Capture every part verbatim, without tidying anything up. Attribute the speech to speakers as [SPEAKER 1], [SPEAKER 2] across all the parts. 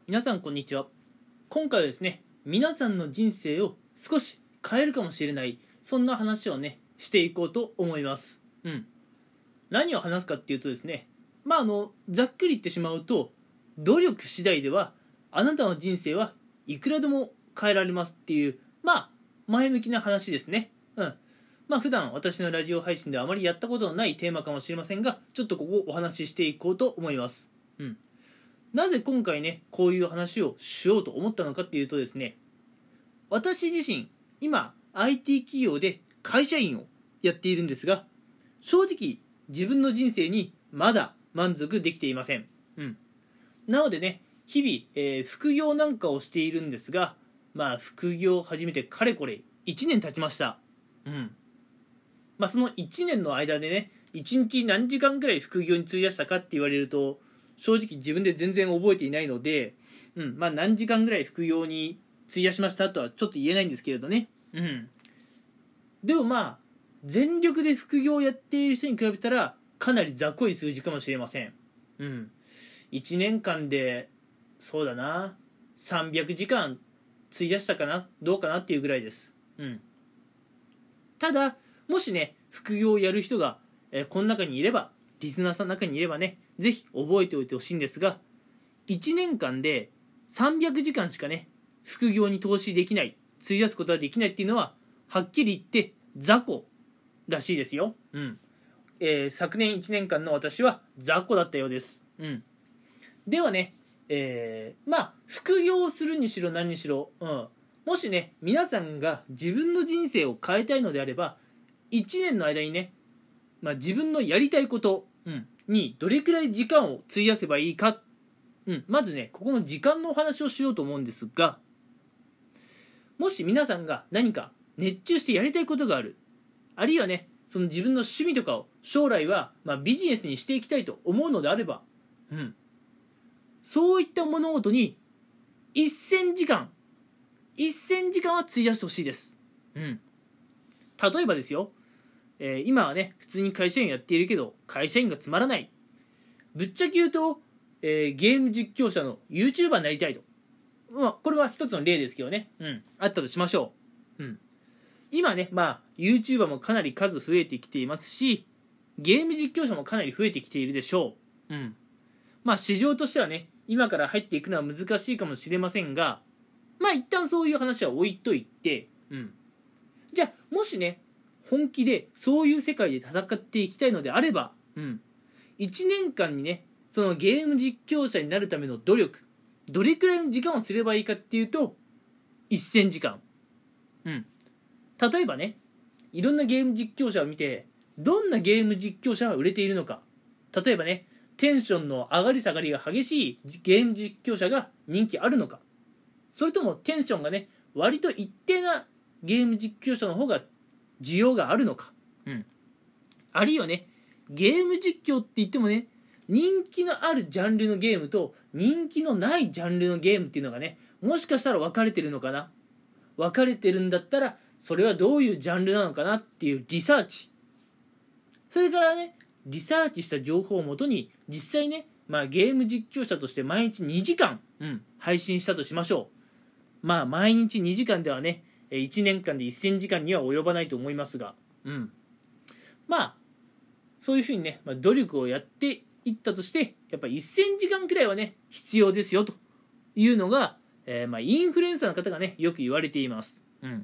[SPEAKER 1] 皆さんこんにちは。今回はですね、皆さんの人生を少し変えるかもしれない、そんな話をねしていこうと思います。うん何を話すかっていうとですね、まああのざっくり言ってしまうと、努力次第ではあなたの人生はいくらでも変えられますっていう、まあ前向きな話ですね。うんまあ普段私のラジオ配信ではあまりやったことのないテーマかもしれませんが、ちょっとここをお話ししていこうと思います。うんなぜ今回ねこういう話をしようと思ったのかっていうとですね、私自身今 アイティー 企業で会社員をやっているんですが、正直自分の人生にまだ満足できていません。うんなのでね、日々、えー副業なんかをしているんですが、まあ副業を始めてかれこれいちねん経ちました。うんまあそのいちねんの間でね、いちにち何時間くらい副業に費やしたかって言われると、正直自分で全然覚えていないので、うんまあ何時間ぐらい副業に費やしましたとはちょっと言えないんですけれどね。うんでもまあ全力で副業をやっている人に比べたらかなり雑魚い数字かもしれません。うんいちねんかんでそうだなさんびゃくじかん費やしたかな、どうかなっていうぐらいです。うんただもしね副業をやる人が、えーこの中にいれば、リスナーさんの中にいればね、ぜひ覚えておいてほしいんですが、いちねんかんでさんびゃくじかんしかね副業に投資できない、費やすことができないっていうのははっきり言って雑魚らしいですよ。うんえー昨年いちねんかんの私は雑魚だったようです。うんではね、えーまあ副業をするにしろ何にしろ、うん、もしね皆さんが自分の人生を変えたいのであれば、いちねんの間にね、まあ、自分のやりたいこと、うん、にどれくらい時間を費やせばいいか、うん、まずねここの時間のお話をしようと思うんですが、もし皆さんが何か熱中してやりたいことがある、あるいはねその自分の趣味とかを将来はまあビジネスにしていきたいと思うのであれば、うん、そういった物事にせんじかんせんじかんは費やしてほしいです。うん例えばですよ、えー今はね普通に会社員やっているけど会社員がつまらない、ぶっちゃけ言うと、えーゲーム実況者の YouTuber になりたいと、まあ、これは一つの例ですけどね、うん、あったとしましょう。うん今ねまあ YouTuber もかなり数増えてきていますし、ゲーム実況者もかなり増えてきているでしょう。うんまあ市場としてはね今から入っていくのは難しいかもしれませんが、まあ一旦そういう話は置いといて、うんじゃあもしね本気でそういう世界で戦っていきたいのであれば、うん、いちねんかんにねそのゲーム実況者になるための努力、どれくらいの時間をすればいいかっていうとせんじかん。うん例えばね、いろんなゲーム実況者を見て、どんなゲーム実況者が売れているのか、例えばねテンションの上がり下がりが激しいゲーム実況者が人気あるのか、それともテンションがね割と一定なゲーム実況者の方が需要があるのか、うん、あるいはねゲーム実況って言ってもね、人気のあるジャンルのゲームと人気のないジャンルのゲームっていうのがねもしかしたら分かれてるのかな、分かれてるんだったらそれはどういうジャンルなのかなっていうリサーチ、それからねリサーチした情報をもとに実際ね、まあ、ゲーム実況者として毎日にじかん、うん、配信したとしましょう。まあ毎日にじかんではねいちねんかんでせんじかんには及ばないと思いますが、うん、まあそういうふうにね、まあ、努力をやっていったとして、やっぱりせんじかんくらいはね必要ですよというのが、えーまあ、インフルエンサーの方がねよく言われています。うん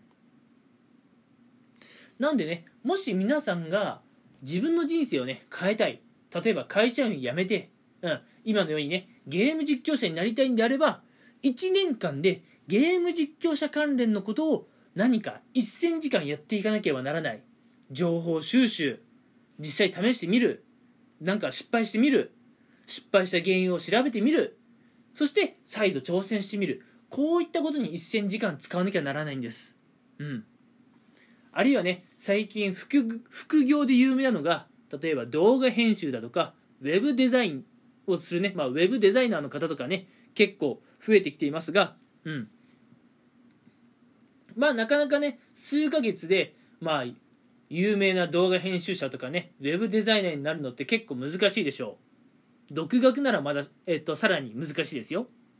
[SPEAKER 1] なんでね、もし皆さんが自分の人生をね変えたい、例えば会社員を辞めて、うん、今のようにねゲーム実況者になりたいんであれば、いちねんかんでゲーム実況者関連のことを何かせんじかんやっていかなければならない。情報収集、実際試してみる、なんか失敗してみる、失敗した原因を調べてみる、そして再度挑戦してみる、こういったことにせんじかん使わなきゃならないんです。うんあるいはね最近 副, 副業で有名なのが、例えば動画編集だとかウェブデザインをするね、まあ、ウェブデザイナーの方とかね結構増えてきていますが、うんまあなかなかね数ヶ月でまあ有名な動画編集者とかねウェブデザイナーになるのって結構難しいでしょう。独学ならまだ、えっと、さらに難しいですよ。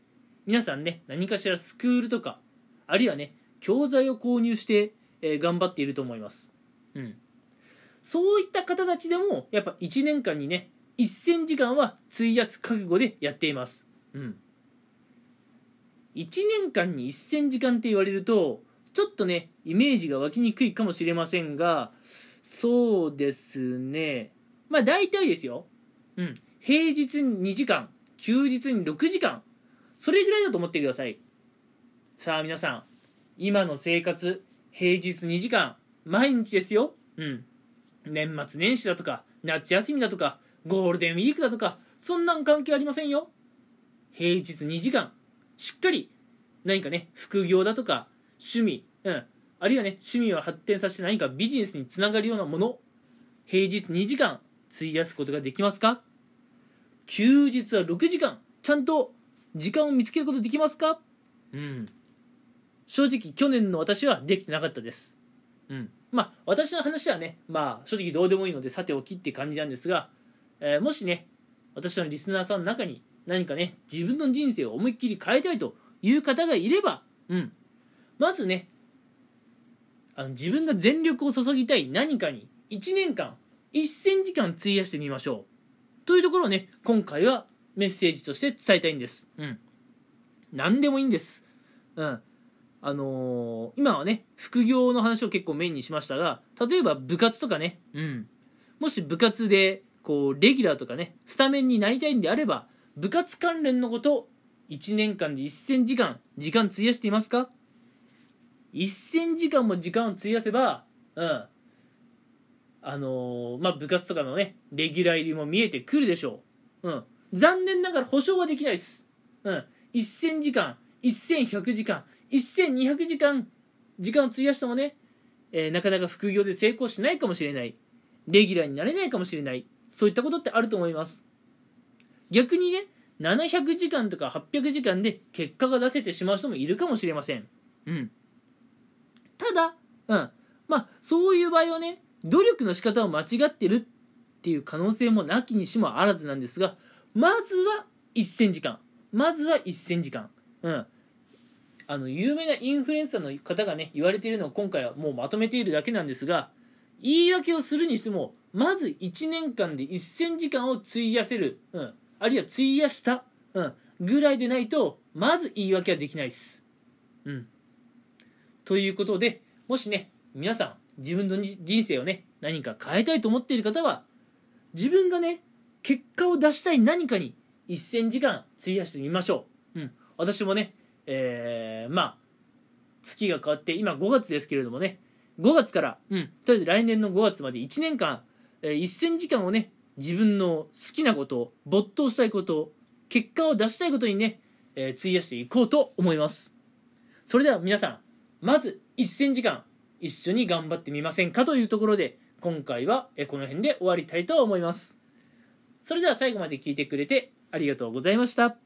[SPEAKER 1] 皆さんね、何かしらスクールとか、あるいはね、教材を購入して、えー頑張っていると思います。うん。そういった方たちでも、やっぱいちねんかんにね、せんじかんは費やす覚悟でやっています。うん。いちねんかんにせんじかんって言われると、ちょっとね、イメージが湧きにくいかもしれませんが、そうですね。まあ大体ですよ。うん。平日ににじかん、休日にろくじかん。それぐらいだと思ってください。さあ皆さん、今の生活、平日にじかん、毎日ですよ。うん。年末年始だとか、夏休みだとか、ゴールデンウィークだとか、そんなん関係ありませんよ。平日にじかん、しっかり何かね、副業だとか、趣味、うん。あるいはね、趣味を発展させて何かビジネスにつながるようなもの、平日にじかん、費やすことができますか？休日はろくじかん、ちゃんと時間を見つけることできますか？うん。正直、去年の私はできてなかったです。うん。まあ、私の話はね、まあ、正直どうでもいいので、さておきって感じなんですが、えーもしね、私のリスナーさんの中に何かね、自分の人生を思いっきり変えたいという方がいれば、うん。まずね、あの自分が全力を注ぎたい何かにいちねんかんせんじかん費やしてみましょうというところをね、今回はメッセージとして伝えたいんです。うん。何でもいいんです。うん。あのー今はね、副業の話を結構メインにしましたが、例えば部活とかね、うん。もし部活でこうレギュラーとかね、スタメンになりたいんであれば、部活関連のこといちねんかんでせんじかん時間費やしていますか？せんじかんも時間を費やせば、うん、あのーまあ部活とかのねレギュラー入りも見えてくるでしょう。うん、残念ながら保証はできないです。うん、せんじかん、せんひゃくじかん、せんにひゃくじかん時間を費やしてもね、えーなかなか副業で成功しないかもしれない、レギュラーになれないかもしれない、そういったことってあると思います。逆にね、ななひゃくじかんとかはっぴゃくじかんで結果が出せてしまう人もいるかもしれません。うん。ただ、うん。まあ、そういう場合はね、努力の仕方を間違ってるっていう可能性もなきにしもあらずなんですが、まずはせんじかん。まずはせんじかん。うん。あの、有名なインフルエンサーの方がね、言われているのを今回はもうまとめているだけなんですが、言い訳をするにしても、まずいちねんかんでせんじかんを費やせる。うん。あるいは費やした。うん。ぐらいでないと、まず言い訳はできないです。うん。ということで、もしね、皆さん、自分の人生をね、何か変えたいと思っている方は、自分がね、結果を出したい何かにせんじかん費やしてみましょう。うん。私もね、えー、まあ、月が変わって、今ごがつですけれどもね、ごがつから、うん、とりあえず来年のごがつまでいちねんかん、えー、せんじかんをね、自分の好きなことを、没頭したいことを、結果を出したいことにね、えー、費やしていこうと思います。それでは皆さん、まずせんじかん一緒に頑張ってみませんかというところで、今回はこの辺で終わりたいと思います。それでは最後まで聞いてくれてありがとうございました。